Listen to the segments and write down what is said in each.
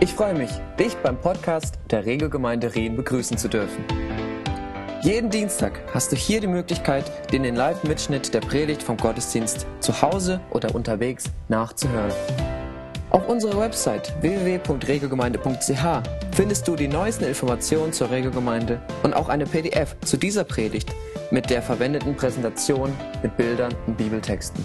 Ich freue mich, dich beim Podcast der Regelgemeinde Rien begrüßen zu dürfen. Jeden Dienstag hast du hier die Möglichkeit, den Live-Mitschnitt der Predigt vom Gottesdienst zu Hause oder unterwegs nachzuhören. Auf unserer Website www.regelgemeinde.ch findest du die neuesten Informationen zur Regelgemeinde und auch eine PDF zu dieser Predigt mit der verwendeten Präsentation mit Bildern und Bibeltexten.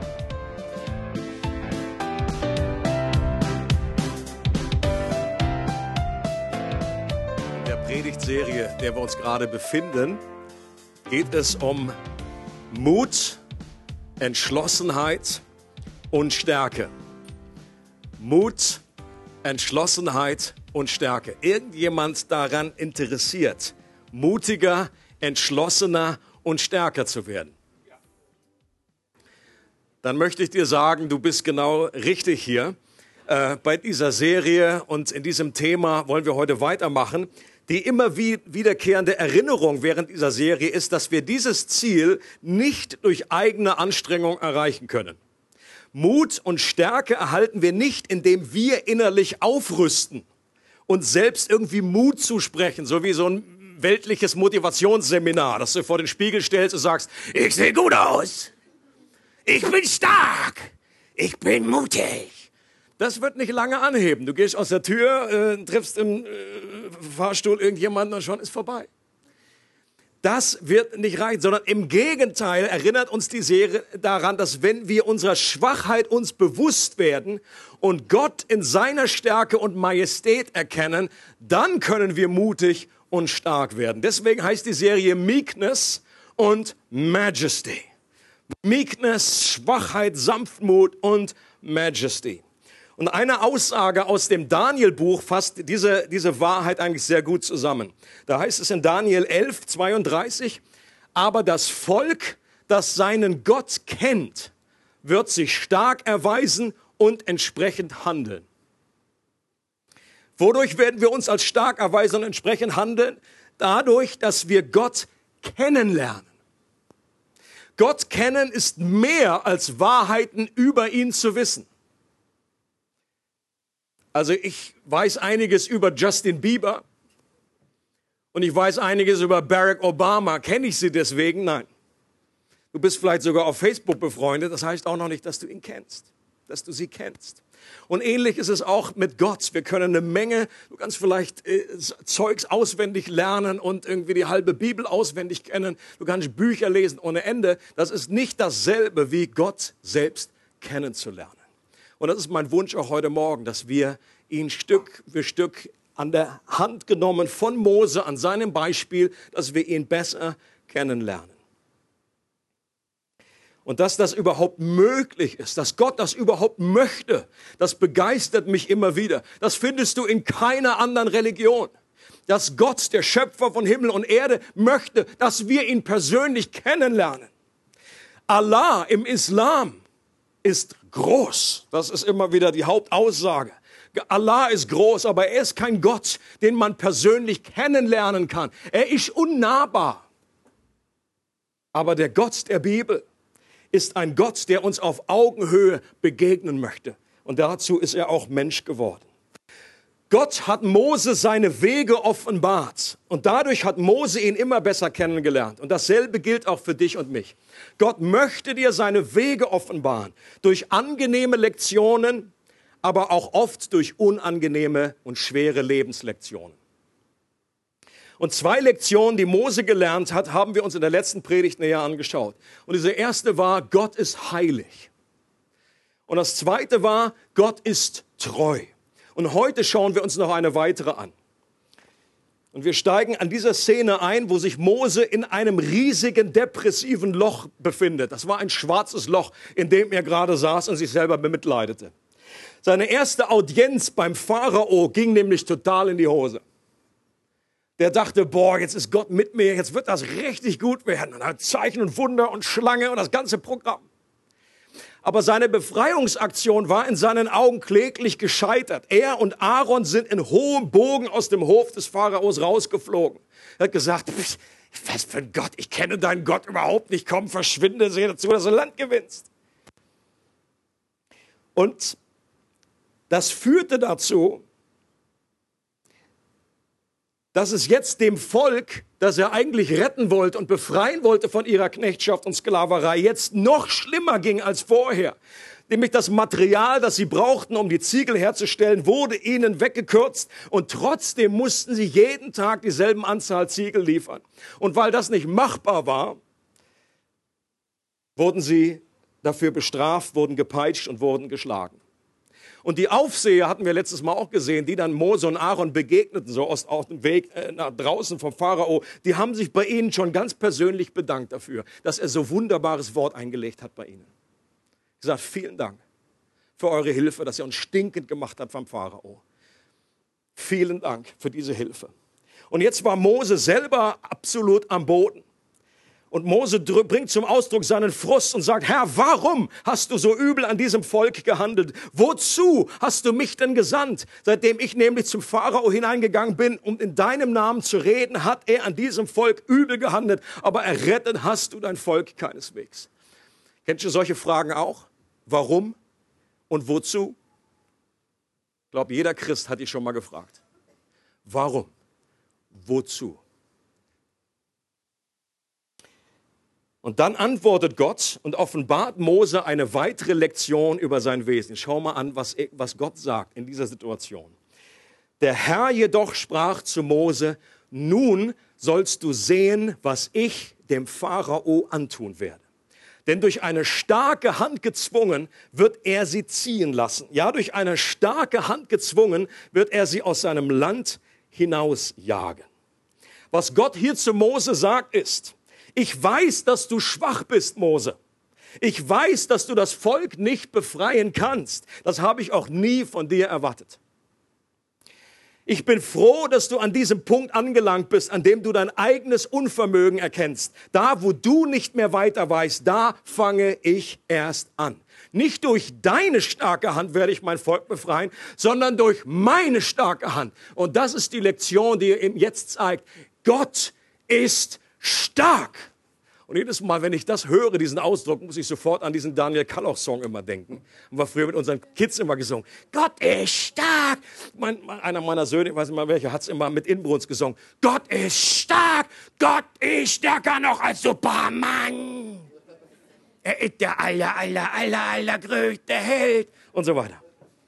In der Predigtserie, in der wir uns gerade befinden, geht es um Mut, Entschlossenheit und Stärke. Mut, Entschlossenheit und Stärke. Irgendjemand daran interessiert, mutiger, entschlossener und stärker zu werden? Dann möchte ich dir sagen, du bist genau richtig hier. Bei dieser Serie und in diesem Thema wollen wir heute weitermachen. Die immer wiederkehrende Erinnerung während dieser Serie ist, dass wir dieses Ziel nicht durch eigene Anstrengung erreichen können. Mut und Stärke erhalten wir nicht, indem wir innerlich aufrüsten und selbst irgendwie Mut zusprechen, so wie so ein weltliches Motivationsseminar, dass du vor den Spiegel stellst und sagst, ich sehe gut aus, ich bin stark, ich bin mutig. Das wird nicht lange anheben. Du gehst aus der Tür, triffst im Fahrstuhl irgendjemanden und schon ist vorbei. Das wird nicht reichen, sondern im Gegenteil erinnert uns die Serie daran, dass wenn wir unserer Schwachheit uns bewusst werden und Gott in seiner Stärke und Majestät erkennen, dann können wir mutig und stark werden. Deswegen heißt die Serie Meekness und Majesty. Meekness, Schwachheit, Sanftmut und Majesty. Und eine Aussage aus dem Daniel-Buch fasst diese Wahrheit eigentlich sehr gut zusammen. Da heißt es in Daniel 11, 32, aber das Volk, das seinen Gott kennt, wird sich stark erweisen und entsprechend handeln. Wodurch werden wir uns als stark erweisen und entsprechend handeln? Dadurch, dass wir Gott kennenlernen. Gott kennen ist mehr als Wahrheiten über ihn zu wissen. Also ich weiß einiges über Justin Bieber und ich weiß einiges über Barack Obama. Kenne ich sie deswegen? Nein. Du bist vielleicht sogar auf Facebook befreundet, das heißt auch noch nicht, dass du ihn kennst, dass du sie kennst. Und ähnlich ist es auch mit Gott. Wir können eine Menge, du kannst vielleicht Zeugs auswendig lernen und irgendwie die halbe Bibel auswendig kennen. Du kannst Bücher lesen ohne Ende. Das ist nicht dasselbe, wie Gott selbst kennenzulernen. Und das ist mein Wunsch auch heute Morgen, dass wir ihn Stück für Stück an der Hand genommen von Mose, an seinem Beispiel, dass wir ihn besser kennenlernen. Und dass das überhaupt möglich ist, dass Gott das überhaupt möchte, das begeistert mich immer wieder. Das findest du in keiner anderen Religion. Dass Gott, der Schöpfer von Himmel und Erde, möchte, dass wir ihn persönlich kennenlernen. Allah im Islam ist groß. Das ist immer wieder die Hauptaussage. Allah ist groß, aber er ist kein Gott, den man persönlich kennenlernen kann. Er ist unnahbar. Aber der Gott der Bibel ist ein Gott, der uns auf Augenhöhe begegnen möchte. Und dazu ist er auch Mensch geworden. Gott hat Mose seine Wege offenbart und dadurch hat Mose ihn immer besser kennengelernt. Und dasselbe gilt auch für dich und mich. Gott möchte dir seine Wege offenbaren, durch angenehme Lektionen, aber auch oft durch unangenehme und schwere Lebenslektionen. Und 2 Lektionen, die Mose gelernt hat, haben wir uns in der letzten Predigt näher angeschaut. Und diese erste war, Gott ist heilig. Und das zweite war, Gott ist treu. Und heute schauen wir uns noch eine weitere an. Und wir steigen an dieser Szene ein, wo sich Mose in einem riesigen depressiven Loch befindet. Das war ein schwarzes Loch, in dem er gerade saß und sich selber bemitleidete. Seine erste Audienz beim Pharao ging nämlich total in die Hose. Der dachte, boah, jetzt ist Gott mit mir, jetzt wird das richtig gut werden. Und er hat Zeichen und Wunder und Schlange und das ganze Programm. Aber seine Befreiungsaktion war in seinen Augen kläglich gescheitert. Er und Aaron sind in hohem Bogen aus dem Hof des Pharaos rausgeflogen. Er hat gesagt, was für ein Gott, ich kenne deinen Gott überhaupt nicht, komm, verschwinde, sehe dazu, dass du Land gewinnst. Und das führte dazu, dass es jetzt dem Volk, das er eigentlich retten wollte und befreien wollte von ihrer Knechtschaft und Sklaverei, jetzt noch schlimmer ging als vorher. Nämlich das Material, das sie brauchten, um die Ziegel herzustellen, wurde ihnen weggekürzt und trotzdem mussten sie jeden Tag dieselben Anzahl Ziegel liefern. Und weil das nicht machbar war, wurden sie dafür bestraft, wurden gepeitscht und wurden geschlagen. Und die Aufseher hatten wir letztes Mal auch gesehen, die dann Mose und Aaron begegneten, so auf dem Weg nach draußen vom Pharao. Die haben sich bei ihnen schon ganz persönlich bedankt dafür, dass er so wunderbares Wort eingelegt hat bei ihnen. Gesagt, vielen Dank für eure Hilfe, dass ihr uns stinkend gemacht habt vom Pharao. Vielen Dank für diese Hilfe. Und jetzt war Mose selber absolut am Boden. Und Mose bringt zum Ausdruck seinen Frust und sagt, Herr, warum hast du so übel an diesem Volk gehandelt? Wozu hast du mich denn gesandt? Seitdem ich nämlich zum Pharao hineingegangen bin, um in deinem Namen zu reden, hat er an diesem Volk übel gehandelt. Aber errettet hast du dein Volk keineswegs. Kennst du solche Fragen auch? Warum und wozu? Ich glaube, jeder Christ hat dich schon mal gefragt. Warum? Wozu? Und dann antwortet Gott und offenbart Mose eine weitere Lektion über sein Wesen. Schau mal an, was Gott sagt in dieser Situation. Der Herr jedoch sprach zu Mose, nun sollst du sehen, was ich dem Pharao antun werde. Denn durch eine starke Hand gezwungen wird er sie ziehen lassen. Ja, durch eine starke Hand gezwungen wird er sie aus seinem Land hinausjagen. Was Gott hier zu Mose sagt ist, ich weiß, dass du schwach bist, Mose. Ich weiß, dass du das Volk nicht befreien kannst. Das habe ich auch nie von dir erwartet. Ich bin froh, dass du an diesem Punkt angelangt bist, an dem du dein eigenes Unvermögen erkennst. Da, wo du nicht mehr weiter weißt, da fange ich erst an. Nicht durch deine starke Hand werde ich mein Volk befreien, sondern durch meine starke Hand. Und das ist die Lektion, die ihm jetzt zeigt. Gott ist stark. Und jedes Mal, wenn ich das höre, diesen Ausdruck, muss ich sofort an diesen Daniel Kalloch-Song immer denken. Und wir früher mit unseren Kids immer gesungen. Gott ist stark. Einer meiner Söhne, ich weiß nicht mal welcher, hat es immer mit Inbrunst gesungen. Gott ist stark. Gott ist stärker noch als Superman. Er ist der allergrößte Held. Und so weiter.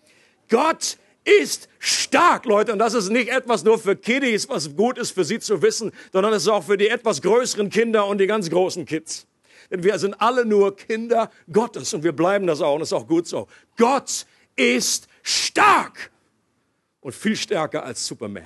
Gott ist stark, Leute. Und das ist nicht etwas nur für Kiddies, was gut ist für sie zu wissen, sondern es ist auch für die etwas größeren Kinder und die ganz großen Kids. Denn wir sind alle nur Kinder Gottes und wir bleiben das auch und das ist auch gut so. Gott ist stark und viel stärker als Superman.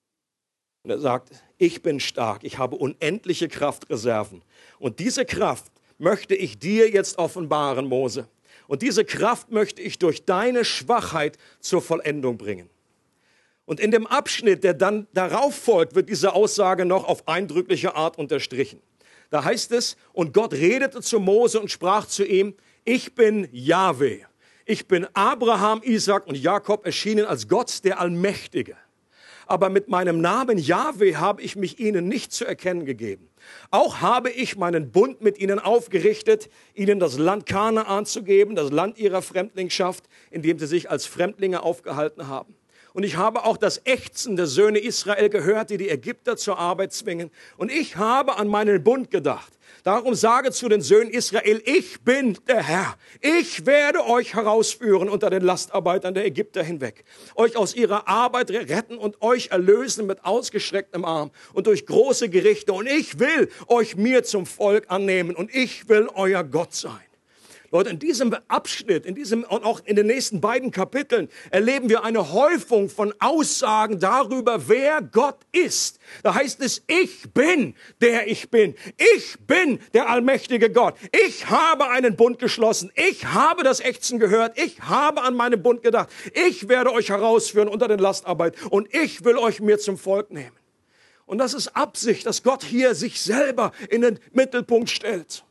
Und er sagt, ich bin stark, ich habe unendliche Kraftreserven. Und diese Kraft möchte ich dir jetzt offenbaren, Mose. Und diese Kraft möchte ich durch deine Schwachheit zur Vollendung bringen. Und in dem Abschnitt, der dann darauf folgt, wird diese Aussage noch auf eindrückliche Art unterstrichen. Da heißt es, und Gott redete zu Mose und sprach zu ihm, ich bin Jahwe. Ich bin Abraham, Isaak und Jakob erschienen als Gott, der Allmächtige. Aber mit meinem Namen Jahwe habe ich mich ihnen nicht zu erkennen gegeben. Auch habe ich meinen Bund mit ihnen aufgerichtet, ihnen das Land Kanaan zu geben, das Land ihrer Fremdlingschaft, in dem sie sich als Fremdlinge aufgehalten haben. Und ich habe auch das Ächzen der Söhne Israel gehört, die die Ägypter zur Arbeit zwingen. Und ich habe an meinen Bund gedacht. Darum sage zu den Söhnen Israel, ich bin der Herr. Ich werde euch herausführen unter den Lastarbeitern der Ägypter hinweg, euch aus ihrer Arbeit retten und euch erlösen mit ausgestrecktem Arm und durch große Gerichte. Und ich will euch mir zum Volk annehmen und ich will euer Gott sein. Leute, in diesem Abschnitt, und auch in den nächsten beiden Kapiteln erleben wir eine Häufung von Aussagen darüber, wer Gott ist. Da heißt es, ich bin der ich bin. Ich bin der allmächtige Gott. Ich habe einen Bund geschlossen. Ich habe das Ächzen gehört. Ich habe an meinen Bund gedacht. Ich werde euch herausführen unter den Lastarbeit und ich will euch mir zum Volk nehmen. Und das ist Absicht, dass Gott hier sich selber in den Mittelpunkt stellt.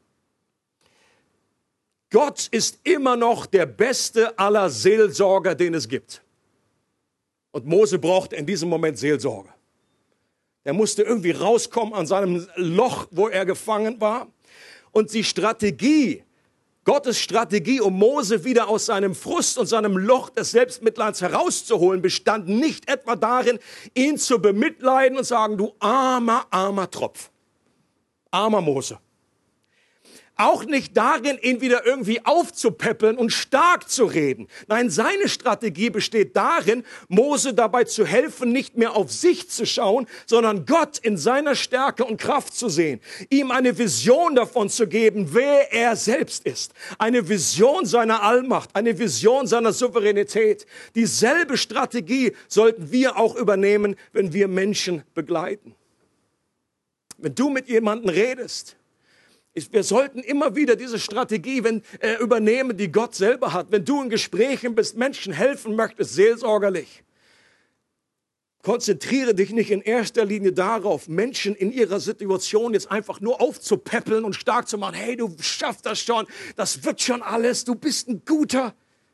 Gott ist immer noch der beste aller Seelsorger, den es gibt. Und Mose brauchte in diesem Moment Seelsorge. Er musste irgendwie rauskommen an seinem Loch, wo er gefangen war. Und die Strategie, Gottes Strategie, um Mose wieder aus seinem Frust und seinem Loch des Selbstmitleids herauszuholen, bestand nicht etwa darin, ihn zu bemitleiden und sagen, du armer Tropf, armer Mose. Auch nicht darin, ihn wieder irgendwie aufzupäppeln und stark zu reden. Nein, seine Strategie besteht darin, Mose dabei zu helfen, nicht mehr auf sich zu schauen, sondern Gott in seiner Stärke und Kraft zu sehen. Ihm eine Vision davon zu geben, wer er selbst ist. Eine Vision seiner Allmacht, eine Vision seiner Souveränität. Dieselbe Strategie sollten wir auch übernehmen, wenn wir Menschen begleiten. Wenn du mit jemandem redest, wir sollten immer wieder diese Strategie übernehmen, die Gott selber hat. Wenn du in Gesprächen bist, Menschen helfen möchtest, seelsorgerlich, konzentriere dich nicht in erster Linie darauf, Menschen in ihrer Situation jetzt einfach nur aufzupäppeln und stark zu machen. Hey, du schaffst das schon, das wird schon alles, du bist ein Guter.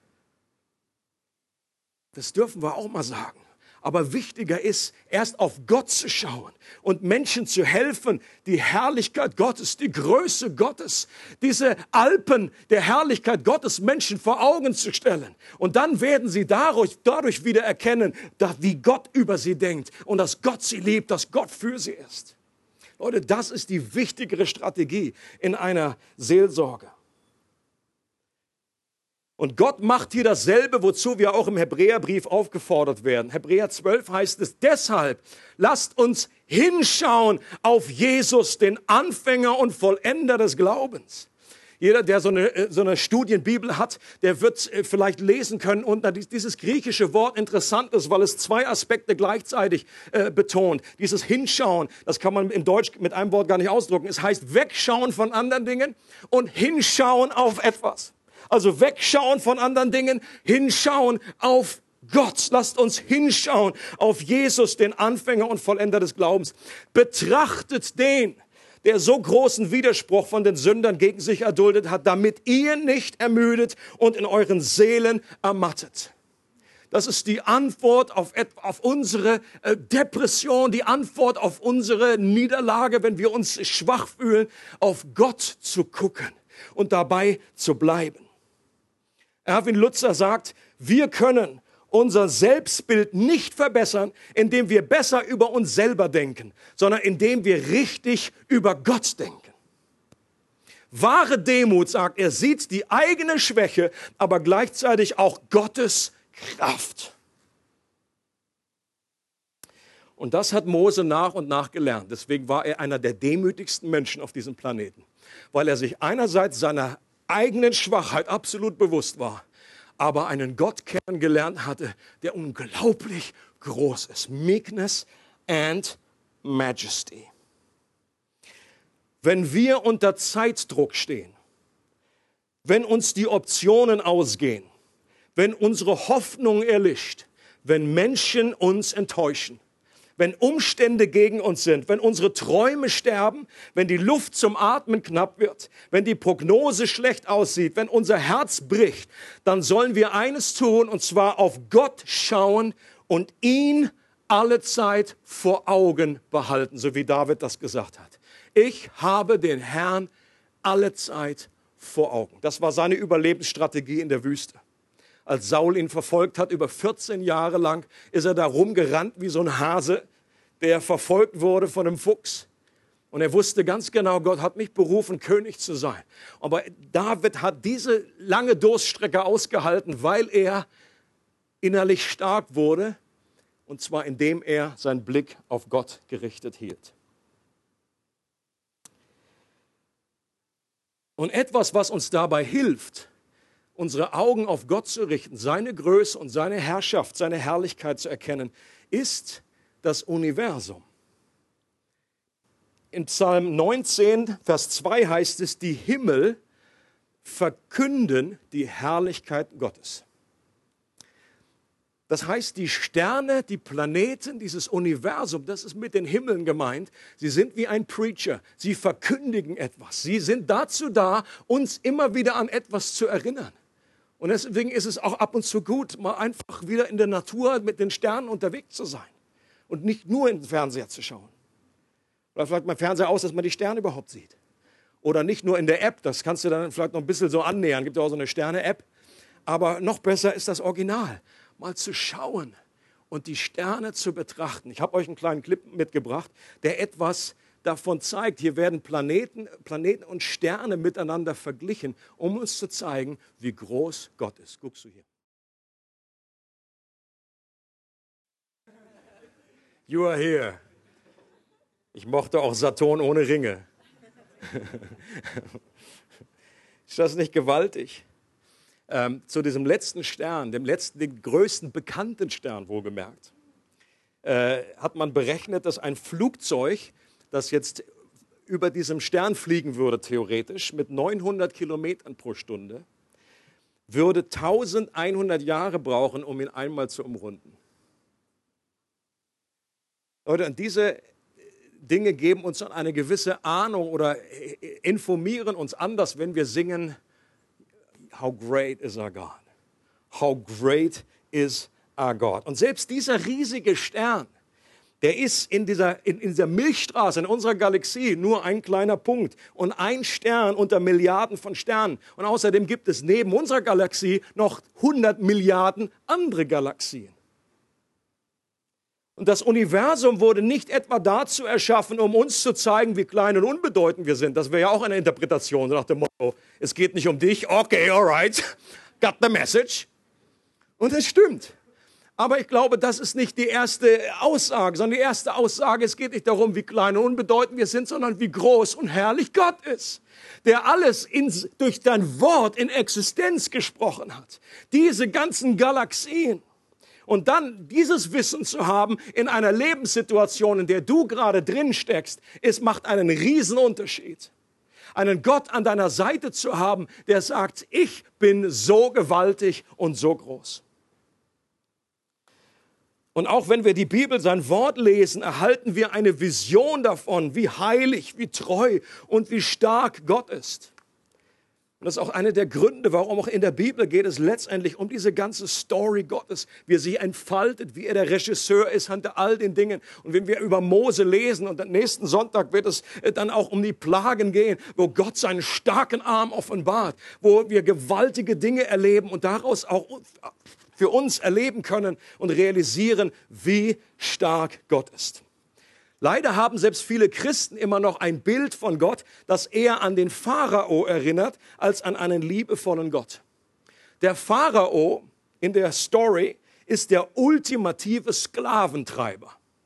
Das dürfen wir auch mal sagen. Aber wichtiger ist, erst auf Gott zu schauen und Menschen zu helfen, die Herrlichkeit Gottes, die Größe Gottes, diese Alpen der Herrlichkeit Gottes Menschen vor Augen zu stellen. Und dann werden sie dadurch wieder erkennen, wie Gott über sie denkt und dass Gott sie liebt, dass Gott für sie ist. Leute, das ist die wichtigere Strategie in einer Seelsorge. Und Gott macht hier dasselbe, wozu wir auch im Hebräerbrief aufgefordert werden. Hebräer 12 heißt es, deshalb lasst uns hinschauen auf Jesus, den Anfänger und Vollender des Glaubens. Jeder, der so eine Studienbibel hat, der wird vielleicht lesen können. Und dieses griechische Wort interessant ist, weil es zwei Aspekte gleichzeitig betont. Dieses Hinschauen, das kann man im Deutsch mit einem Wort gar nicht ausdrücken. Es heißt wegschauen von anderen Dingen und hinschauen auf etwas. Also wegschauen von anderen Dingen, hinschauen auf Gott. Lasst uns hinschauen auf Jesus, den Anfänger und Vollender des Glaubens. Betrachtet den, der so großen Widerspruch von den Sündern gegen sich erduldet hat, damit ihr nicht ermüdet und in euren Seelen ermattet. Das ist die Antwort auf unsere Depression, die Antwort auf unsere Niederlage, wenn wir uns schwach fühlen, auf Gott zu gucken und dabei zu bleiben. Erwin Lutzer sagt, wir können unser Selbstbild nicht verbessern, indem wir besser über uns selber denken, sondern indem wir richtig über Gott denken. Wahre Demut, sagt er, sieht die eigene Schwäche, aber gleichzeitig auch Gottes Kraft. Und das hat Mose nach und nach gelernt. Deswegen war er einer der demütigsten Menschen auf diesem Planeten, weil er sich einerseits seiner eigenen Schwachheit absolut bewusst war, aber einen Gott kennengelernt hatte, der unglaublich groß ist. Meekness and Majesty. Wenn wir unter Zeitdruck stehen, wenn uns die Optionen ausgehen, wenn unsere Hoffnung erlischt, wenn Menschen uns enttäuschen, wenn Umstände gegen uns sind, wenn unsere Träume sterben, wenn die Luft zum Atmen knapp wird, wenn die Prognose schlecht aussieht, wenn unser Herz bricht, dann sollen wir eines tun, und zwar auf Gott schauen und ihn alle Zeit vor Augen behalten, so wie David das gesagt hat. Ich habe den Herrn alle Zeit vor Augen. Das war seine Überlebensstrategie in der Wüste. Als Saul ihn verfolgt hat, über 14 Jahre lang, ist er da rumgerannt wie so ein Hase, der verfolgt wurde von einem Fuchs. Und er wusste ganz genau, Gott hat mich berufen, König zu sein. Aber David hat diese lange Durststrecke ausgehalten, weil er innerlich stark wurde. Und zwar indem er seinen Blick auf Gott gerichtet hielt. Und etwas, was uns dabei hilft, unsere Augen auf Gott zu richten, seine Größe und seine Herrschaft, seine Herrlichkeit zu erkennen, ist das Universum. In Psalm 19, Vers 2 heißt es, die Himmel verkünden die Herrlichkeit Gottes. Das heißt, die Sterne, die Planeten, dieses Universum, das ist mit den Himmeln gemeint, sie sind wie ein Preacher, sie verkündigen etwas. Sie sind dazu da, uns immer wieder an etwas zu erinnern. Und deswegen ist es auch ab und zu gut, mal einfach wieder in der Natur mit den Sternen unterwegs zu sein und nicht nur in den Fernseher zu schauen. Oder vielleicht mal Fernseher aus, dass man die Sterne überhaupt sieht. Oder nicht nur in der App, das kannst du dann vielleicht noch ein bisschen so annähern. Gibt ja auch so eine Sterne-App. Aber noch besser ist das Original. Mal zu schauen und die Sterne zu betrachten. Ich habe euch einen kleinen Clip mitgebracht, der etwas davon zeigt. Hier werden Planeten und Sterne miteinander verglichen, um uns zu zeigen, wie groß Gott ist. Guckst du hier. You are here. Ich mochte auch Saturn ohne Ringe. Ist das nicht gewaltig? Zu diesem letzten Stern, dem größten bekannten Stern wohlgemerkt, hat man berechnet, dass ein Flugzeug, das jetzt über diesem Stern fliegen würde, theoretisch, mit 900 Kilometern pro Stunde, würde 1100 Jahre brauchen, um ihn einmal zu umrunden. Leute, und diese Dinge geben uns dann eine gewisse Ahnung oder informieren uns anders, wenn wir singen, How great is our God? How great is our God? Und selbst dieser riesige Stern, der ist in dieser Milchstraße, in unserer Galaxie, nur ein kleiner Punkt und ein Stern unter Milliarden von Sternen. Und außerdem gibt es neben unserer Galaxie noch 100 Milliarden andere Galaxien. Und das Universum wurde nicht etwa dazu erschaffen, um uns zu zeigen, wie klein und unbedeutend wir sind. Das wäre ja auch eine Interpretation nach dem Motto, es geht nicht um dich, okay, alright, got the message. Und es stimmt. Aber ich glaube, das ist nicht die erste Aussage, sondern die erste Aussage, es geht nicht darum, wie klein und unbedeutend wir sind, sondern wie groß und herrlich Gott ist, der alles durch dein Wort in Existenz gesprochen hat. Diese ganzen Galaxien. Und dann dieses Wissen zu haben in einer Lebenssituation, in der du gerade drin steckst, es macht einen riesen Unterschied. Einen Gott an deiner Seite zu haben, der sagt, ich bin so gewaltig und so groß. Und auch wenn wir die Bibel, sein Wort lesen, erhalten wir eine Vision davon, wie heilig, wie treu und wie stark Gott ist. Und das ist auch einer der Gründe, warum auch in der Bibel geht es letztendlich um diese ganze Story Gottes, wie er sie entfaltet, wie er der Regisseur ist hinter all den Dingen. Und wenn wir über Mose lesen und am nächsten Sonntag wird es dann auch um die Plagen gehen, wo Gott seinen starken Arm offenbart, wo wir gewaltige Dinge erleben und daraus auch für uns erleben können und realisieren, wie stark Gott ist. Leider haben selbst viele Christen immer noch ein Bild von Gott, das eher an den Pharao erinnert, als an einen liebevollen Gott. Der Pharao in der Story ist der ultimative Sklaventreiber.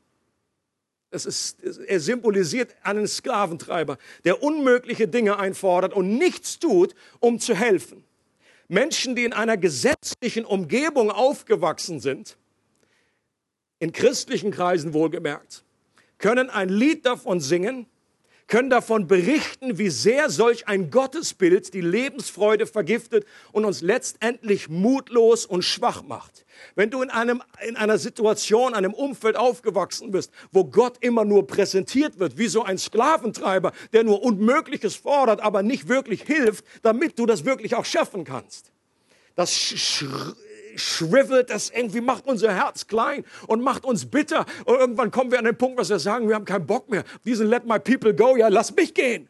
Er symbolisiert einen Sklaventreiber, der unmögliche Dinge einfordert und nichts tut, um zu helfen. Menschen, die in einer gesetzlichen Umgebung aufgewachsen sind, in christlichen Kreisen wohlgemerkt, können ein Lied davon singen, können davon berichten, wie sehr solch ein Gottesbild die Lebensfreude vergiftet und uns letztendlich mutlos und schwach macht. Wenn du in einer Situation, einem Umfeld aufgewachsen bist, wo Gott immer nur präsentiert wird, wie so ein Sklaventreiber, der nur Unmögliches fordert, aber nicht wirklich hilft, damit du das wirklich auch schaffen kannst. Das schriffelt, das irgendwie macht unser Herz klein und macht uns bitter. Und irgendwann kommen wir an den Punkt, was wir sagen, wir haben keinen Bock mehr. Diesen Let my people go, ja, lass mich gehen.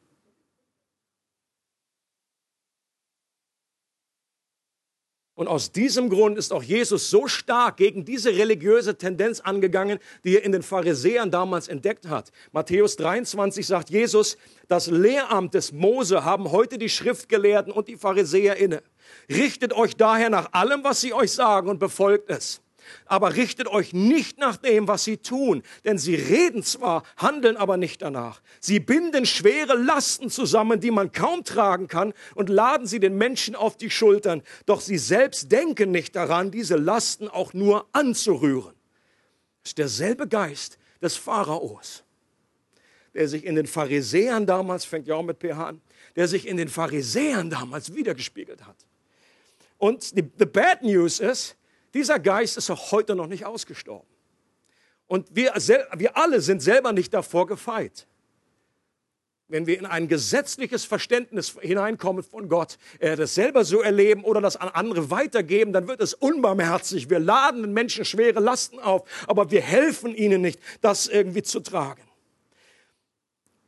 Und aus diesem Grund ist auch Jesus so stark gegen diese religiöse Tendenz angegangen, die er in den Pharisäern damals entdeckt hat. Matthäus 23 sagt Jesus, das Lehramt des Mose haben heute die Schriftgelehrten und die Pharisäer inne. Richtet euch daher nach allem, was sie euch sagen und befolgt es. Aber richtet euch nicht nach dem, was sie tun, denn sie reden zwar, handeln aber nicht danach. Sie binden schwere Lasten zusammen, die man kaum tragen kann und laden sie den Menschen auf die Schultern. Doch sie selbst denken nicht daran, diese Lasten auch nur anzurühren. Das ist derselbe Geist des Pharaos, der sich in den Pharisäern damals, fängt ja auch mit PH an, der sich in den Pharisäern damals wiedergespiegelt hat. Und the bad news ist, dieser Geist ist auch heute noch nicht ausgestorben. Und wir alle sind selber nicht davor gefeit. Wenn wir in ein gesetzliches Verständnis hineinkommen von Gott, das selber so erleben oder das an andere weitergeben, dann wird es unbarmherzig. Wir laden den Menschen schwere Lasten auf, aber wir helfen ihnen nicht, das irgendwie zu tragen.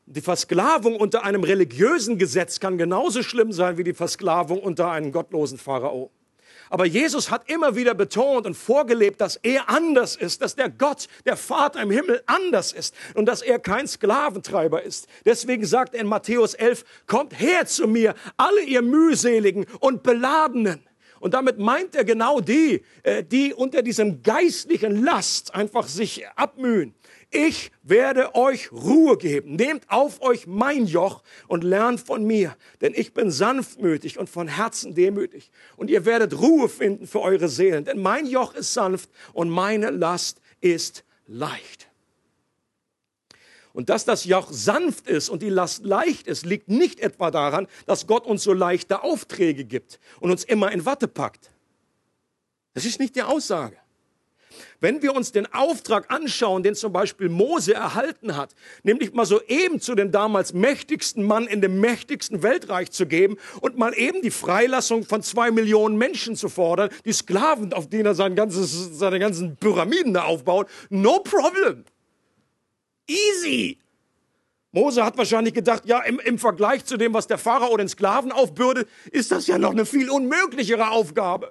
Die Versklavung unter einem religiösen Gesetz kann genauso schlimm sein wie die Versklavung unter einem gottlosen Pharao. Aber Jesus hat immer wieder betont und vorgelebt, dass er anders ist, dass der Gott, der Vater im Himmel anders ist und dass er kein Sklaventreiber ist. Deswegen sagt er in Matthäus 11, kommt her zu mir, alle ihr mühseligen und Beladenen. Und damit meint er genau die unter diesem geistlichen Last einfach sich abmühen. Ich werde euch Ruhe geben. Nehmt auf euch mein Joch und lernt von mir, denn ich bin sanftmütig und von Herzen demütig. Und ihr werdet Ruhe finden für eure Seelen, denn mein Joch ist sanft und meine Last ist leicht. Und dass das Joch sanft ist und die Last leicht ist, liegt nicht etwa daran, dass Gott uns so leichte Aufträge gibt und uns immer in Watte packt. Das ist nicht die Aussage. Wenn wir uns den Auftrag anschauen, den zum Beispiel Mose erhalten hat, nämlich mal so eben zu dem damals mächtigsten Mann in dem mächtigsten Weltreich zu geben und mal eben die Freilassung von 2 Millionen Menschen zu fordern, die Sklaven, auf denen er seine ganzen Pyramiden da aufbaut, no problem. Easy. Mose hat wahrscheinlich gedacht, ja, im Vergleich zu dem, was der Pharao den Sklaven aufbürdet, ist das ja noch eine viel unmöglichere Aufgabe.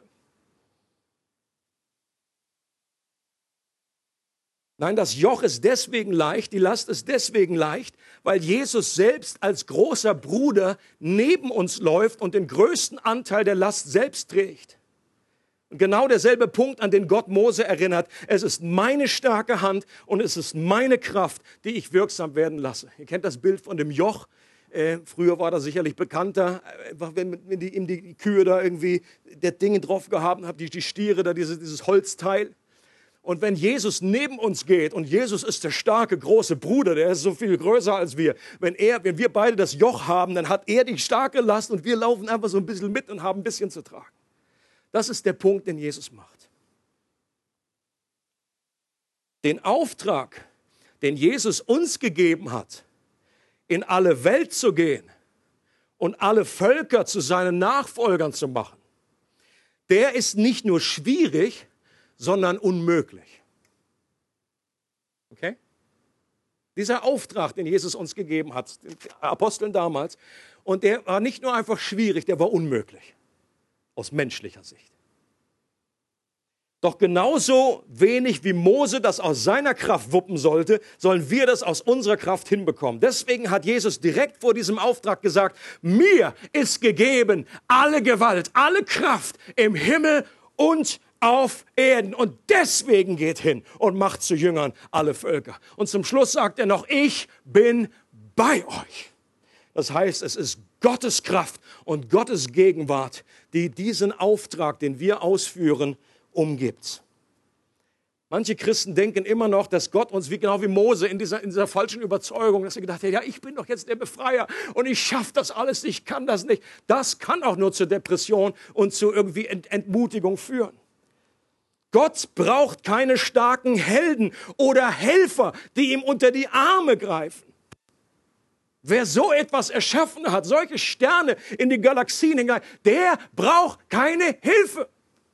Nein, das Joch ist deswegen leicht, die Last ist deswegen leicht, weil Jesus selbst als großer Bruder neben uns läuft und den größten Anteil der Last selbst trägt. Und genau derselbe Punkt, an den Gott Mose erinnert. Es ist meine starke Hand und es ist meine Kraft, die ich wirksam werden lasse. Ihr kennt das Bild von dem Joch. Früher war das sicherlich bekannter, wenn die Kühe da irgendwie das Ding drauf gehabt haben, die Stiere da, dieses Holzteil. Und wenn Jesus neben uns geht, und Jesus ist der starke, große Bruder, der ist so viel größer als wir, wenn wir beide das Joch haben, dann hat er die starke Last und wir laufen einfach so ein bisschen mit und haben ein bisschen zu tragen. Das ist der Punkt, den Jesus macht. Den Auftrag, den Jesus uns gegeben hat, in alle Welt zu gehen und alle Völker zu seinen Nachfolgern zu machen, der ist nicht nur schwierig, sondern unmöglich. Okay? Dieser Auftrag, den Jesus uns gegeben hat, den Aposteln damals, und der war nicht nur einfach schwierig, der war unmöglich, aus menschlicher Sicht. Doch genauso wenig wie Mose das aus seiner Kraft wuppen sollte, sollen wir das aus unserer Kraft hinbekommen. Deswegen hat Jesus direkt vor diesem Auftrag gesagt, mir ist gegeben alle Gewalt, alle Kraft im Himmel und auf Erden. Und deswegen geht hin und macht zu Jüngern alle Völker. Und zum Schluss sagt er noch, ich bin bei euch. Das heißt, es ist Gottes Kraft und Gottes Gegenwart, die diesen Auftrag, den wir ausführen, umgibt. Manche Christen denken immer noch, dass Gott uns, genau wie Mose, in dieser falschen Überzeugung, dass er gedacht hat, ja, ich bin doch jetzt der Befreier und ich schaffe das alles, ich kann das nicht. Das kann auch nur zur Depression und zu irgendwie Entmutigung führen. Gott braucht keine starken Helden oder Helfer, die ihm unter die Arme greifen. Wer so etwas erschaffen hat, solche Sterne in die Galaxien hinein, der braucht keine Hilfe.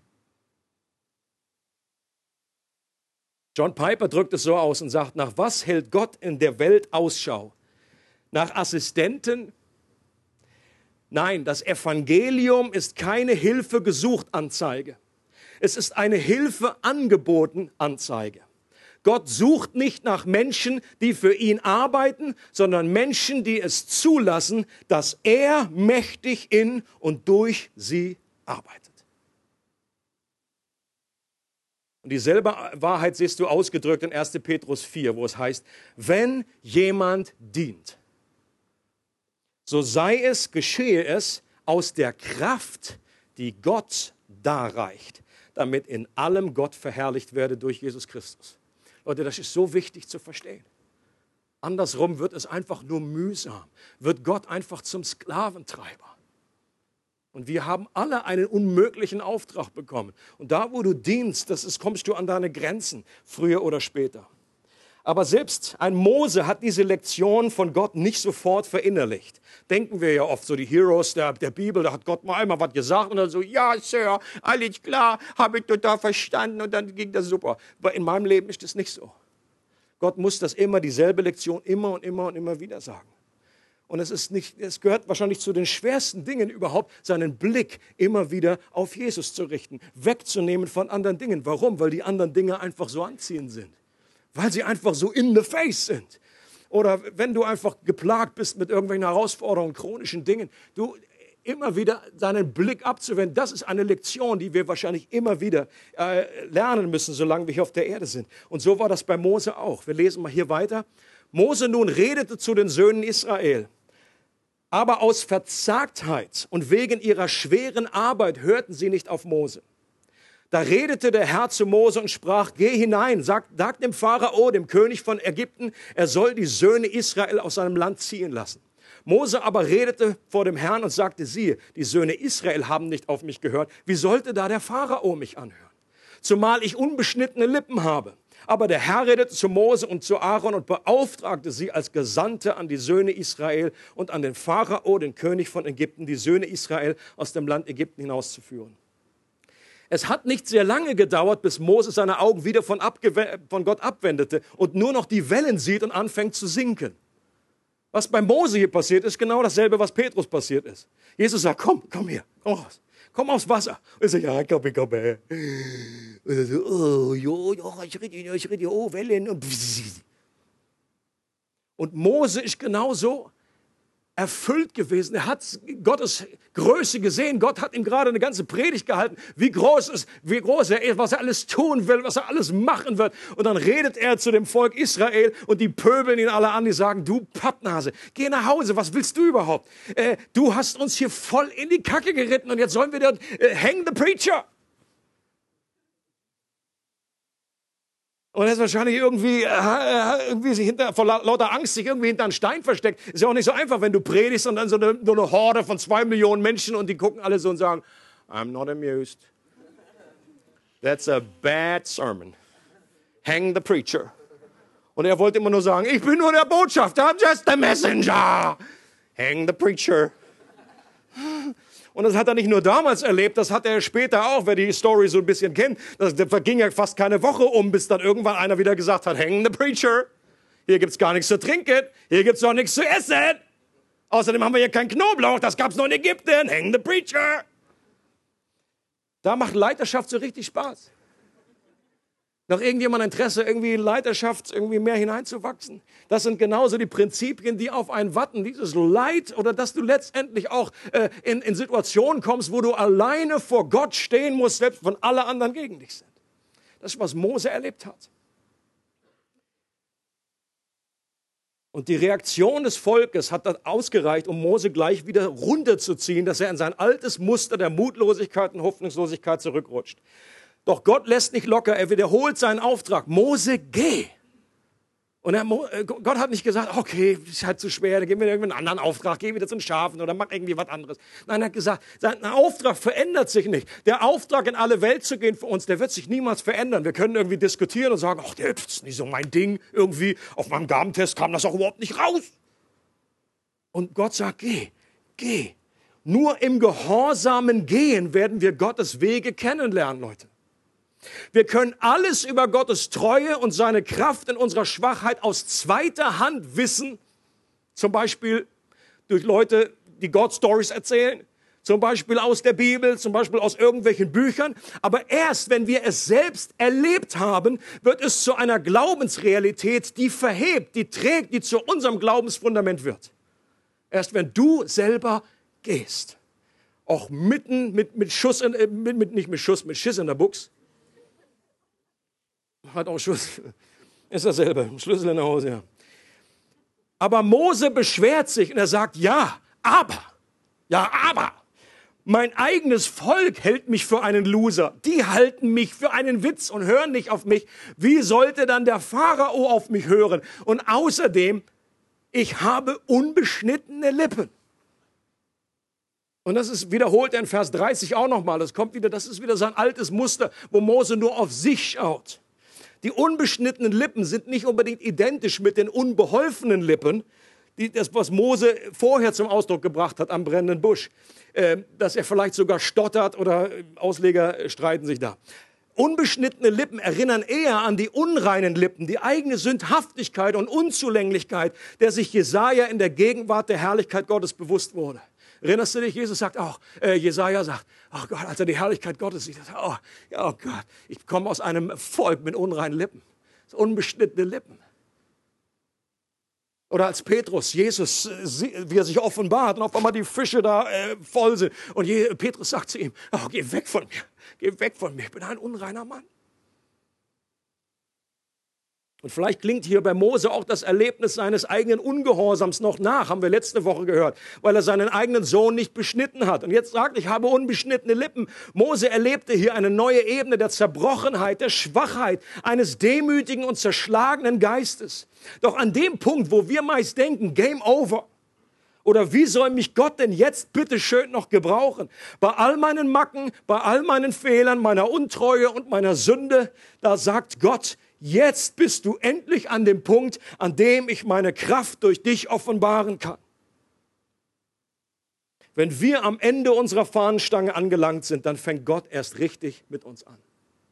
John Piper drückt es so aus und sagt, nach was hält Gott in der Welt Ausschau? Nach Assistenten? Nein, das Evangelium ist keine Hilfe-gesucht-Anzeige. Es ist eine Hilfe-angeboten-Anzeige. Gott sucht nicht nach Menschen, die für ihn arbeiten, sondern Menschen, die es zulassen, dass er mächtig in und durch sie arbeitet. Und dieselbe Wahrheit siehst du ausgedrückt in 1. Petrus 4, wo es heißt, wenn jemand dient, so geschehe es aus der Kraft, die Gott darreicht, damit in allem Gott verherrlicht werde durch Jesus Christus. Leute, das ist so wichtig zu verstehen. Andersrum wird es einfach nur mühsam, wird Gott einfach zum Sklaventreiber. Und wir haben alle einen unmöglichen Auftrag bekommen. Und da, wo du dienst, kommst du an deine Grenzen, früher oder später. Aber selbst ein Mose hat diese Lektion von Gott nicht sofort verinnerlicht. Denken wir ja oft, so die Heroes der Bibel, da hat Gott mal einmal was gesagt und dann so, ja, Sir, alles klar, habe ich total verstanden und dann ging das super. Aber in meinem Leben ist das nicht so. Gott muss das immer, dieselbe Lektion immer und immer und immer wieder sagen. Und es gehört wahrscheinlich zu den schwersten Dingen überhaupt, seinen Blick immer wieder auf Jesus zu richten, wegzunehmen von anderen Dingen. Warum? Weil die anderen Dinge einfach so anziehend sind. Weil sie einfach so in the face sind. Oder wenn du einfach geplagt bist mit irgendwelchen Herausforderungen, chronischen Dingen, du immer wieder seinen Blick abzuwenden, das ist eine Lektion, die wir wahrscheinlich immer wieder lernen müssen, solange wir hier auf der Erde sind. Und so war das bei Mose auch. Wir lesen mal hier weiter. Mose nun redete zu den Söhnen Israel. Aber aus Verzagtheit und wegen ihrer schweren Arbeit hörten sie nicht auf Mose. Da redete der Herr zu Mose und sprach, geh hinein, sag dem Pharao, dem König von Ägypten, er soll die Söhne Israel aus seinem Land ziehen lassen. Mose aber redete vor dem Herrn und sagte, siehe, die Söhne Israel haben nicht auf mich gehört. Wie sollte da der Pharao mich anhören? Zumal ich unbeschnittene Lippen habe. Aber der Herr redete zu Mose und zu Aaron und beauftragte sie als Gesandte an die Söhne Israel und an den Pharao, den König von Ägypten, die Söhne Israel aus dem Land Ägypten hinauszuführen. Es hat nicht sehr lange gedauert, bis Mose seine Augen wieder von Gott abwendete und nur noch die Wellen sieht und anfängt zu sinken. Was bei Mose hier passiert, ist genau dasselbe, was Petrus passiert ist. Jesus sagt, komm her, komm raus. Komm aufs Wasser. Und ich sage, ja, komm. Und er so, oh, ich rede, oh, Wellen. Und Mose ist genauso erfüllt gewesen. Er hat Gottes Größe gesehen. Gott hat ihm gerade eine ganze Predigt gehalten, wie groß er ist, was er alles tun will, was er alles machen wird. Und dann redet er zu dem Volk Israel und die pöbeln ihn alle an, die sagen, du Pappnase, geh nach Hause, was willst du überhaupt? Du hast uns hier voll in die Kacke geritten und jetzt sollen wir dort hang the preacher. Und er ist wahrscheinlich irgendwie sich vor lauter Angst sich irgendwie hinter einen Stein versteckt. Ist ja auch nicht so einfach, wenn du predigst und dann so eine Horde von 2 Millionen Menschen und die gucken alle so und sagen, I'm not amused. That's a bad sermon. Hang the preacher. Und er wollte immer nur sagen, ich bin nur der Botschafter, I'm just the messenger. Hang the preacher. Und das hat er nicht nur damals erlebt, das hat er später auch, wer die Story so ein bisschen kennt. Da verging ja fast keine Woche bis dann irgendwann einer wieder gesagt hat, hang the preacher. Hier gibt's gar nichts zu trinken, hier gibt's auch nichts zu essen. Außerdem haben wir hier keinen Knoblauch, das gab's nur in Ägypten. Hang the preacher. Da macht Leiterschaft so richtig Spaß. Noch irgendjemand Interesse, irgendwie in Leiterschaft irgendwie mehr hineinzuwachsen? Das sind genauso die Prinzipien, die auf einen warten. Dieses Leid oder dass du letztendlich auch in Situationen kommst, wo du alleine vor Gott stehen musst, selbst wenn alle anderen gegen dich sind. Das ist, was Mose erlebt hat. Und die Reaktion des Volkes hat dann ausgereicht, um Mose gleich wieder runterzuziehen, dass er in sein altes Muster der Mutlosigkeit und Hoffnungslosigkeit zurückrutscht. Doch Gott lässt nicht locker, er wiederholt seinen Auftrag. Mose, geh. Und Gott hat nicht gesagt, okay, ist halt zu schwer, dann geben wir irgendeinen anderen Auftrag, geh wieder zu den Schafen oder mach irgendwie was anderes. Nein, er hat gesagt, sein Auftrag verändert sich nicht. Der Auftrag, in alle Welt zu gehen für uns, der wird sich niemals verändern. Wir können irgendwie diskutieren und sagen, ach, das ist nicht so mein Ding. Irgendwie auf meinem Gabentest kam das auch überhaupt nicht raus. Und Gott sagt, geh. Nur im gehorsamen Gehen werden wir Gottes Wege kennenlernen, Leute. Wir können alles über Gottes Treue und seine Kraft in unserer Schwachheit aus zweiter Hand wissen. Zum Beispiel durch Leute, die God-Stories erzählen. Zum Beispiel aus der Bibel, zum Beispiel aus irgendwelchen Büchern. Aber erst wenn wir es selbst erlebt haben, wird es zu einer Glaubensrealität, die verhebt, die trägt, die zu unserem Glaubensfundament wird. Erst wenn du selber gehst. Auch mitten mit Schiss in der Buchs. Hat auch Schuss. Ist dasselbe. Schlüssel in der Hose, ja. Aber Mose beschwert sich und er sagt, ja, aber. Mein eigenes Volk hält mich für einen Loser. Die halten mich für einen Witz und hören nicht auf mich. Wie sollte dann der Pharao auf mich hören? Und außerdem, ich habe unbeschnittene Lippen. Und das wiederholt er in Vers 30 auch nochmal. Das ist wieder sein altes Muster, wo Mose nur auf sich schaut. Die unbeschnittenen Lippen sind nicht unbedingt identisch mit den unbeholfenen Lippen, das, was Mose vorher zum Ausdruck gebracht hat am brennenden Busch. Dass er vielleicht sogar stottert oder Ausleger streiten sich da. Unbeschnittene Lippen erinnern eher an die unreinen Lippen, die eigene Sündhaftigkeit und Unzulänglichkeit, der sich Jesaja in der Gegenwart der Herrlichkeit Gottes bewusst wurde. Erinnerst du dich? Jesus sagt auch, Jesaja sagt, oh Gott, als er die Herrlichkeit Gottes sieht, oh Gott, ich komme aus einem Volk mit unreinen Lippen, unbeschnittene Lippen. Oder als Petrus, Jesus, wie er sich offenbart und auf einmal die Fische da voll sind. Und Petrus sagt zu ihm, oh, geh weg von mir, ich bin ein unreiner Mann. Und vielleicht klingt hier bei Mose auch das Erlebnis seines eigenen Ungehorsams noch nach, haben wir letzte Woche gehört, weil er seinen eigenen Sohn nicht beschnitten hat. Und jetzt sagt, ich habe unbeschnittene Lippen. Mose erlebte hier eine neue Ebene der Zerbrochenheit, der Schwachheit, eines demütigen und zerschlagenen Geistes. Doch an dem Punkt, wo wir meist denken, Game over, oder wie soll mich Gott denn jetzt bitte schön noch gebrauchen? Bei all meinen Macken, bei all meinen Fehlern, meiner Untreue und meiner Sünde, da sagt Gott, jetzt bist du endlich an dem Punkt, an dem ich meine Kraft durch dich offenbaren kann. Wenn wir am Ende unserer Fahnenstange angelangt sind, dann fängt Gott erst richtig mit uns an.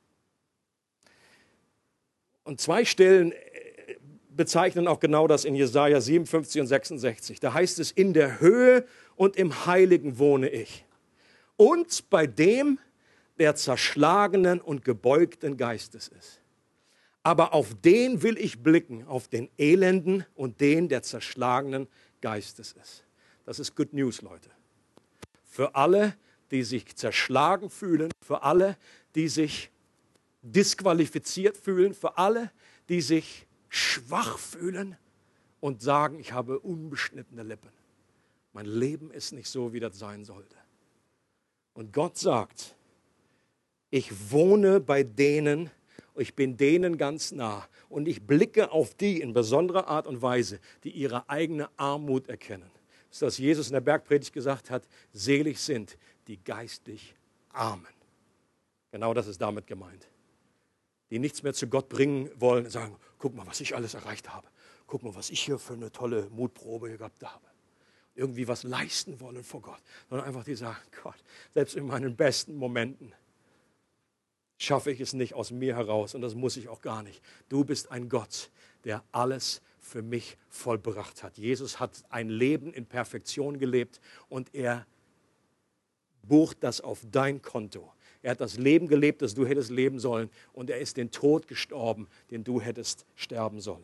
Und 2 Stellen bezeichnen auch genau das in Jesaja 57 und 66. Da heißt es, in der Höhe und im Heiligen wohne ich. Und bei dem, der zerschlagenen und gebeugten Geistes ist. Aber auf den will ich blicken, auf den Elenden und den, der zerschlagenen Geistes ist. Das ist Good News, Leute. Für alle, die sich zerschlagen fühlen, für alle, die sich disqualifiziert fühlen, für alle, die sich schwach fühlen und sagen, ich habe unbeschnittene Lippen. Mein Leben ist nicht so, wie das sein sollte. Und Gott sagt, ich wohne bei denen, ich bin denen ganz nah und ich blicke auf die in besonderer Art und Weise, die ihre eigene Armut erkennen. Das ist, was Jesus in der Bergpredigt gesagt hat, selig sind die geistlich Armen. Genau das ist damit gemeint. Die nichts mehr zu Gott bringen wollen, sagen, guck mal, was ich alles erreicht habe. Guck mal, was ich hier für eine tolle Mutprobe gehabt habe. Irgendwie was leisten wollen vor Gott. Sondern einfach die sagen, Gott, selbst in meinen besten Momenten schaffe ich es nicht aus mir heraus und das muss ich auch gar nicht. Du bist ein Gott, der alles für mich vollbracht hat. Jesus hat ein Leben in Perfektion gelebt und er bucht das auf dein Konto. Er hat das Leben gelebt, das du hättest leben sollen und er ist den Tod gestorben, den du hättest sterben sollen.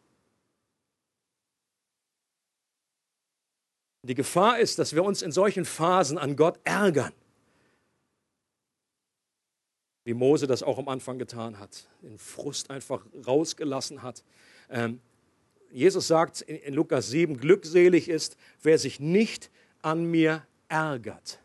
Die Gefahr ist, dass wir uns in solchen Phasen an Gott ärgern. Wie Mose das auch am Anfang getan hat, den Frust einfach rausgelassen hat. Jesus sagt in Lukas 7, glückselig ist, wer sich nicht an mir ärgert.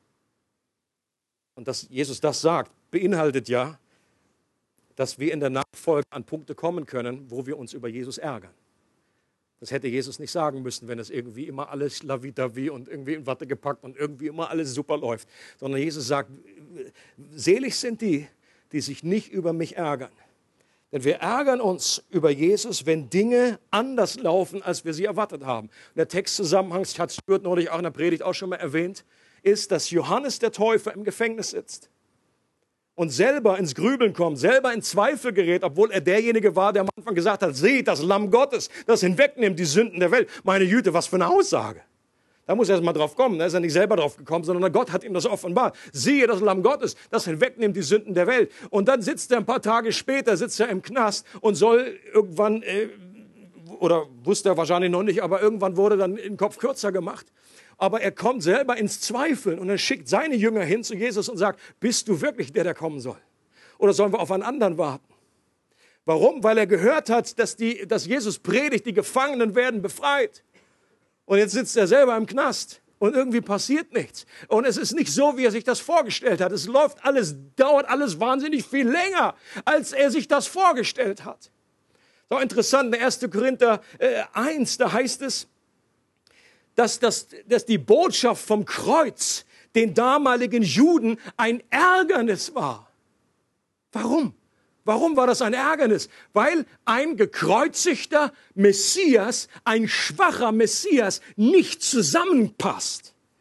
Und dass Jesus das sagt, beinhaltet ja, dass wir in der Nachfolge an Punkte kommen können, wo wir uns über Jesus ärgern. Das hätte Jesus nicht sagen müssen, wenn es irgendwie immer alles lavi-davi und irgendwie in Watte gepackt und irgendwie immer alles super läuft. Sondern Jesus sagt, selig sind die, die sich nicht über mich ärgern. Denn wir ärgern uns über Jesus, wenn Dinge anders laufen, als wir sie erwartet haben. Und der Textzusammenhang, ich hatte es neulich auch in der Predigt auch schon mal erwähnt, ist, dass Johannes der Täufer im Gefängnis sitzt und selber ins Grübeln kommt, selber in Zweifel gerät, obwohl er derjenige war, der am Anfang gesagt hat, seht, das Lamm Gottes, das hinwegnimmt die Sünden der Welt. Meine Güte, was für eine Aussage. Da muss er erst mal drauf kommen, da ist er nicht selber drauf gekommen, sondern Gott hat ihm das offenbart. Siehe, das Lamm Gottes, das hinwegnimmt die Sünden der Welt. Und dann sitzt er ein paar Tage später, sitzt er im Knast und soll irgendwann, oder wusste er wahrscheinlich noch nicht, aber irgendwann wurde dann den Kopf kürzer gemacht. Aber er kommt selber ins Zweifeln und er schickt seine Jünger hin zu Jesus und sagt, bist du wirklich der kommen soll? Oder sollen wir auf einen anderen warten? Warum? Weil er gehört hat, dass Jesus predigt, die Gefangenen werden befreit. Und jetzt sitzt er selber im Knast und irgendwie passiert nichts. Und es ist nicht so, wie er sich das vorgestellt hat. Es dauert alles wahnsinnig viel länger, als er sich das vorgestellt hat. So interessant, in 1. Korinther 1, da heißt es, dass die Botschaft vom Kreuz den damaligen Juden ein Ärgernis war. Warum? Warum war das ein Ärgernis? Weil ein gekreuzigter Messias, ein schwacher Messias nicht zusammenpasst.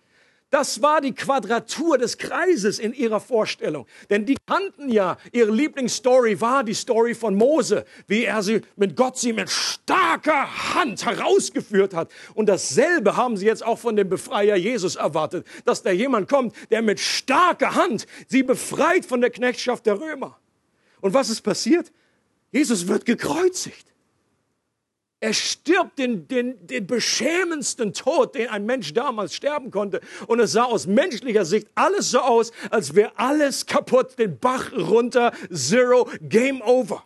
Das war die Quadratur des Kreises in ihrer Vorstellung. Denn die kannten ja, ihre Lieblingsstory war die Story von Mose, wie er mit starker Hand herausgeführt hat. Und dasselbe haben sie jetzt auch von dem Befreier Jesus erwartet, dass da jemand kommt, der mit starker Hand sie befreit von der Knechtschaft der Römer. Und was ist passiert? Jesus wird gekreuzigt. Er stirbt den beschämendsten Tod, den ein Mensch damals sterben konnte. Und es sah aus menschlicher Sicht alles so aus, als wäre alles kaputt, den Bach runter, Zero, Game Over.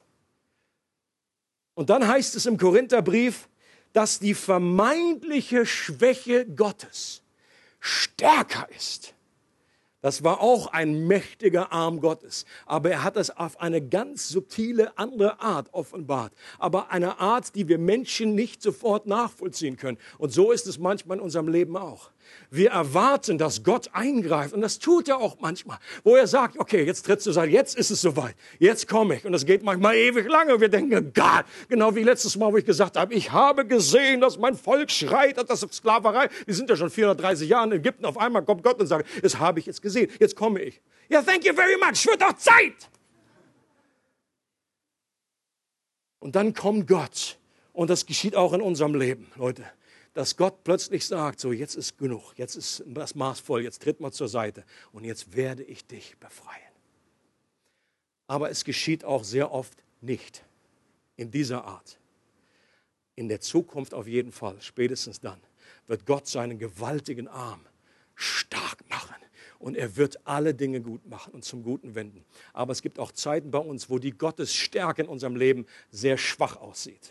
Und dann heißt es im Korintherbrief, dass die vermeintliche Schwäche Gottes stärker ist. Das war auch ein mächtiger Arm Gottes. Aber er hat es auf eine ganz subtile, andere Art offenbart. Aber eine Art, die wir Menschen nicht sofort nachvollziehen können. Und so ist es manchmal in unserem Leben auch. Wir erwarten, dass Gott eingreift. Und das tut er auch manchmal. Wo er sagt, okay, jetzt trittst du sein, jetzt ist es soweit. Jetzt komme ich. Und das geht manchmal ewig lange. Und wir denken, Gott, genau wie letztes Mal, wo ich gesagt habe, ich habe gesehen, dass mein Volk schreit, dass das Sklaverei, die sind ja schon 430 Jahre in Ägypten. Auf einmal kommt Gott und sagt, das habe ich jetzt gesehen. Jetzt komme ich. Ja, thank you very much. Wird doch Zeit. Und dann kommt Gott. Und das geschieht auch in unserem Leben, Leute. Dass Gott plötzlich sagt, so jetzt ist genug, jetzt ist das Maß voll, jetzt tritt mal zur Seite und jetzt werde ich dich befreien. Aber es geschieht auch sehr oft nicht in dieser Art. In der Zukunft auf jeden Fall, spätestens dann, wird Gott seinen gewaltigen Arm stark machen und er wird alle Dinge gut machen und zum Guten wenden. Aber es gibt auch Zeiten bei uns, wo die Gottesstärke in unserem Leben sehr schwach aussieht.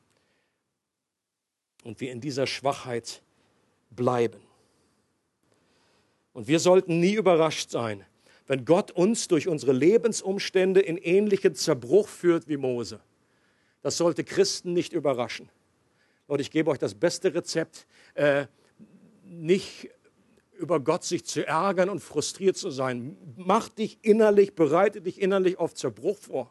Und wir in dieser Schwachheit bleiben. Und wir sollten nie überrascht sein, wenn Gott uns durch unsere Lebensumstände in ähnlichen Zerbruch führt wie Mose. Das sollte Christen nicht überraschen. Leute, ich gebe euch das beste Rezept, nicht über Gott sich zu ärgern und frustriert zu sein. Mach dich innerlich, bereite dich innerlich auf Zerbruch vor.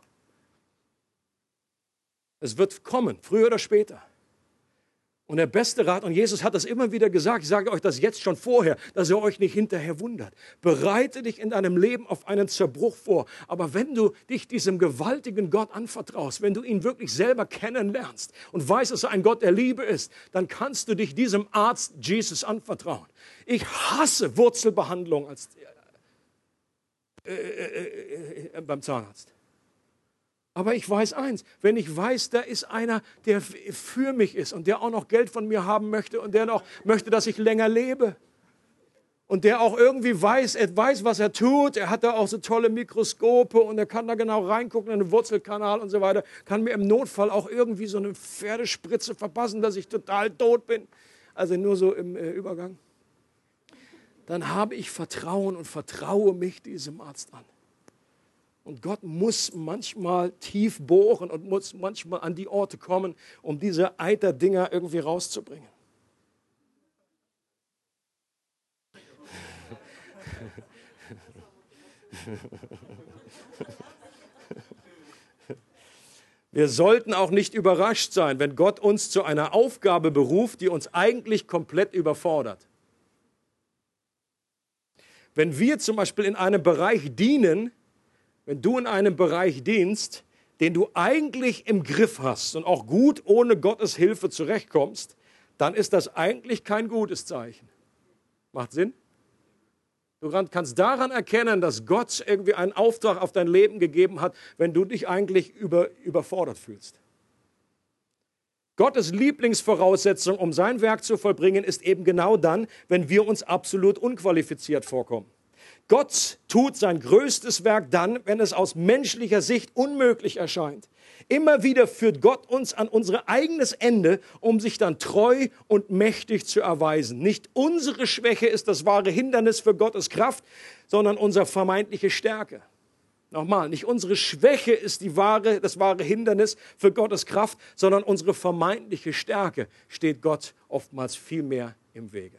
Es wird kommen, früher oder später. Und der beste Rat, und Jesus hat das immer wieder gesagt, ich sage euch das jetzt schon vorher, dass ihr euch nicht hinterher wundert. Bereite dich in deinem Leben auf einen Zerbruch vor. Aber wenn du dich diesem gewaltigen Gott anvertraust, wenn du ihn wirklich selber kennenlernst und weißt, dass er ein Gott der Liebe ist, dann kannst du dich diesem Arzt Jesus anvertrauen. Ich hasse Wurzelbehandlung beim Zahnarzt. Aber ich weiß eins, wenn ich weiß, da ist einer, der für mich ist und der auch noch Geld von mir haben möchte und der noch möchte, dass ich länger lebe und der auch irgendwie weiß, er weiß, was er tut, er hat da auch so tolle Mikroskope und er kann da genau reingucken in den Wurzelkanal und so weiter, kann mir im Notfall auch irgendwie so eine Pferdespritze verpassen, dass ich total tot bin, also nur so im Übergang. Dann habe ich Vertrauen und vertraue mich diesem Arzt an. Und Gott muss manchmal tief bohren und muss manchmal an die Orte kommen, um diese Eiterdinger irgendwie rauszubringen. Wir sollten auch nicht überrascht sein, wenn Gott uns zu einer Aufgabe beruft, die uns eigentlich komplett überfordert. Wenn wir zum Beispiel in einem Bereich dienen, wenn du in einem Bereich dienst, den du eigentlich im Griff hast und auch gut ohne Gottes Hilfe zurechtkommst, dann ist das eigentlich kein gutes Zeichen. Macht Sinn? Du kannst daran erkennen, dass Gott irgendwie einen Auftrag auf dein Leben gegeben hat, wenn du dich eigentlich überfordert fühlst. Gottes Lieblingsvoraussetzung, um sein Werk zu vollbringen, ist eben genau dann, wenn wir uns absolut unqualifiziert vorkommen. Gott tut sein größtes Werk dann, wenn es aus menschlicher Sicht unmöglich erscheint. Immer wieder führt Gott uns an unser eigenes Ende, um sich dann treu und mächtig zu erweisen. Nicht unsere Schwäche ist das wahre Hindernis für Gottes Kraft, sondern unsere vermeintliche Stärke. Nochmal, nicht unsere Schwäche ist das wahre Hindernis für Gottes Kraft, sondern unsere vermeintliche Stärke steht Gott oftmals viel mehr im Wege.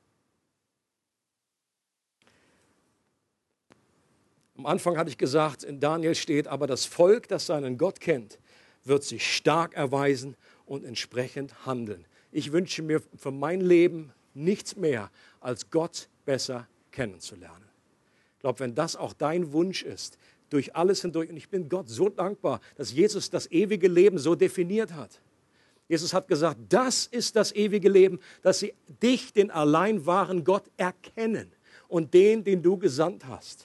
Am Anfang hatte ich gesagt, in Daniel steht, aber das Volk, das seinen Gott kennt, wird sich stark erweisen und entsprechend handeln. Ich wünsche mir für mein Leben, nichts mehr, als Gott besser kennenzulernen. Ich glaube, wenn das auch dein Wunsch ist, durch alles hindurch, und ich bin Gott so dankbar, dass Jesus das ewige Leben so definiert hat. Jesus hat gesagt, das ist das ewige Leben, dass sie dich, den allein wahren Gott, erkennen und den du gesandt hast.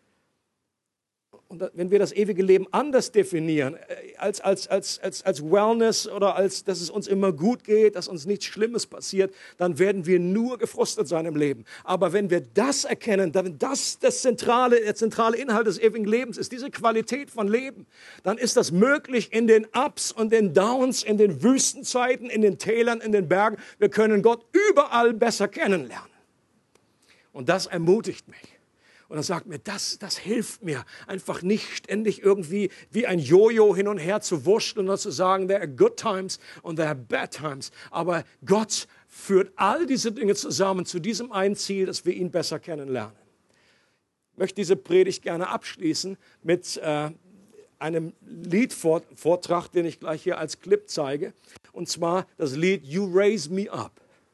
Und wenn wir das ewige Leben anders definieren, als Wellness oder als, dass es uns immer gut geht, dass uns nichts Schlimmes passiert, dann werden wir nur gefrustet sein im Leben. Aber wenn wir das erkennen, dann der zentrale Inhalt des ewigen Lebens ist, diese Qualität von Leben, dann ist das möglich in den Ups und den Downs, in den Wüstenzeiten, in den Tälern, in den Bergen. Wir können Gott überall besser kennenlernen. Und das ermutigt mich. Und er sagt mir, das hilft mir, einfach nicht ständig irgendwie wie ein Jojo hin und her zu wurschteln und zu sagen, there are good times und there are bad times. Aber Gott führt all diese Dinge zusammen zu diesem einen Ziel, dass wir ihn besser kennenlernen. Ich möchte diese Predigt gerne abschließen mit einem Liedvortrag, den ich gleich hier als Clip zeige. Und zwar das Lied You Raise Me Up.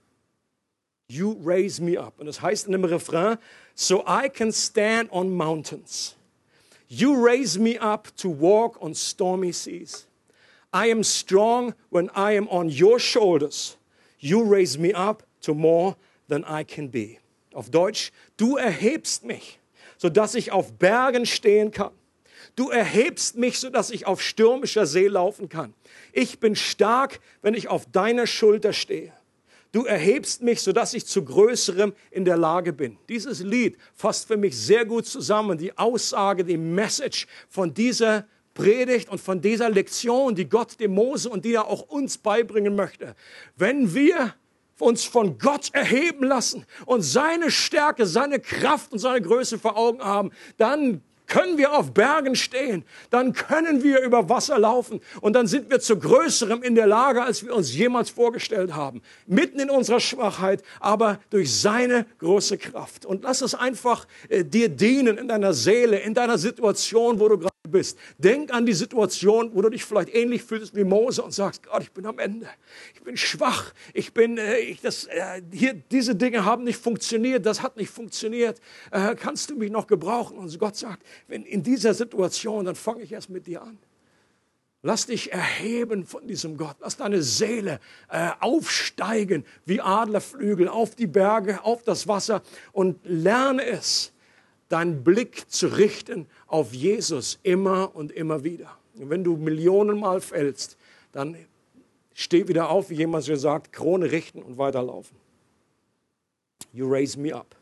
You raise me up. Und das heißt in dem Refrain, so I can stand on mountains. You raise me up to walk on stormy seas. I am strong when I am on your shoulders. You raise me up to more than I can be. Auf Deutsch, du erhebst mich, sodass ich auf Bergen stehen kann. Du erhebst mich, sodass ich auf stürmischer See laufen kann. Ich bin stark, wenn ich auf deiner Schulter stehe. Du erhebst mich, sodass ich zu Größerem in der Lage bin. Dieses Lied fasst für mich sehr gut zusammen die Aussage, die Message von dieser Predigt und von dieser Lektion, die Gott dem Mose und die er auch uns beibringen möchte. Wenn wir uns von Gott erheben lassen und seine Stärke, seine Kraft und seine Größe vor Augen haben, dann können wir auf Bergen stehen, dann können wir über Wasser laufen und dann sind wir zu Größerem in der Lage, als wir uns jemals vorgestellt haben. Mitten in unserer Schwachheit, aber durch seine große Kraft. Und lass es einfach dir dienen in deiner Seele, in deiner Situation, wo du gerade bist. Denk an die Situation, wo du dich vielleicht ähnlich fühlst wie Mose und sagst, Gott, ich bin am Ende. Ich bin schwach. Diese Dinge haben nicht funktioniert. Das hat nicht funktioniert. Kannst du mich noch gebrauchen? Und Gott sagt, wenn in dieser Situation, dann fange ich erst mit dir an. Lass dich erheben von diesem Gott. Lass deine Seele aufsteigen wie Adlerflügel auf die Berge, auf das Wasser und lerne es, deinen Blick zu richten auf Jesus immer und immer wieder. Und wenn du Millionenmal fällst, dann steh wieder auf, wie jemand schon sagt, Krone richten und weiterlaufen. You raise me up.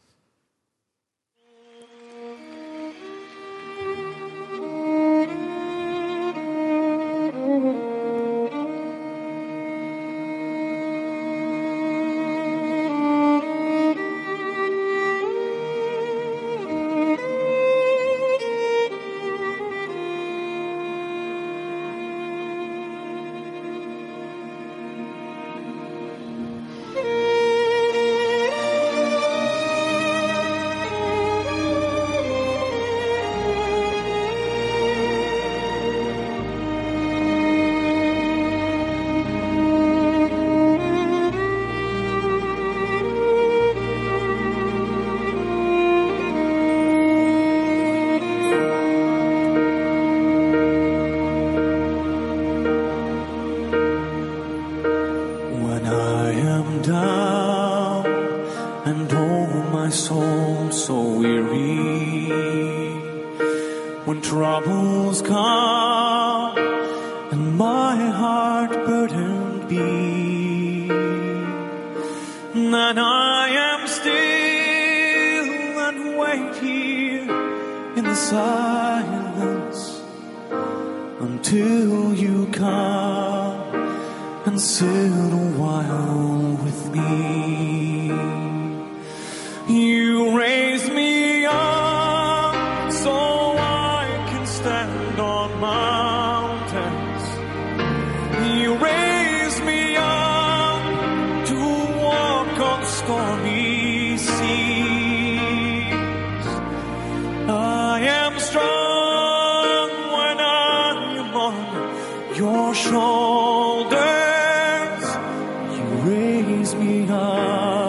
Troubles come and my heart burdened be, then I am still and wait here in the silence until you come and sit a while with me. You raise me up so stand on mountains. You raise me up to walk on stormy seas. I am strong when I am on your shoulders. You raise me up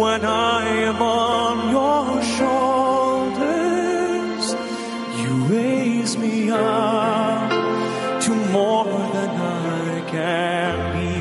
when I am on your shoulders. You raise me up to more than I can be.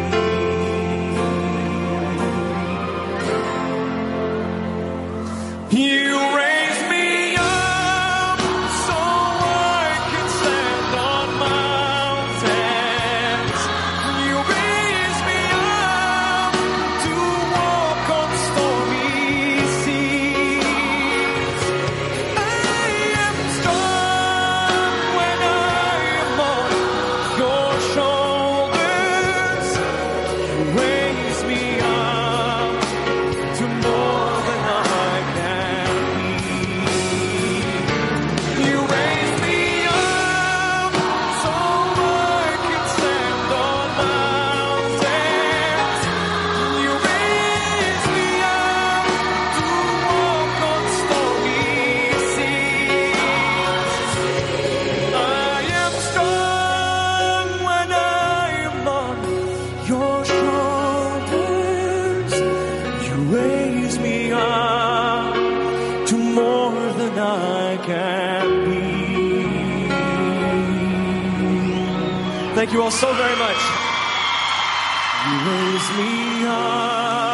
You raise me up so I can stand on mountains. You raise me up to walk on stormy seas. I am strong when I am on your shoulders. You raise me up to more than I can be. You raise me up so I can stand on mountains. You raise me up to walk on stormy seas. I am strong when I am on your shoulders. You raise me up to more than I can be. Thank you all so very much. You raise me up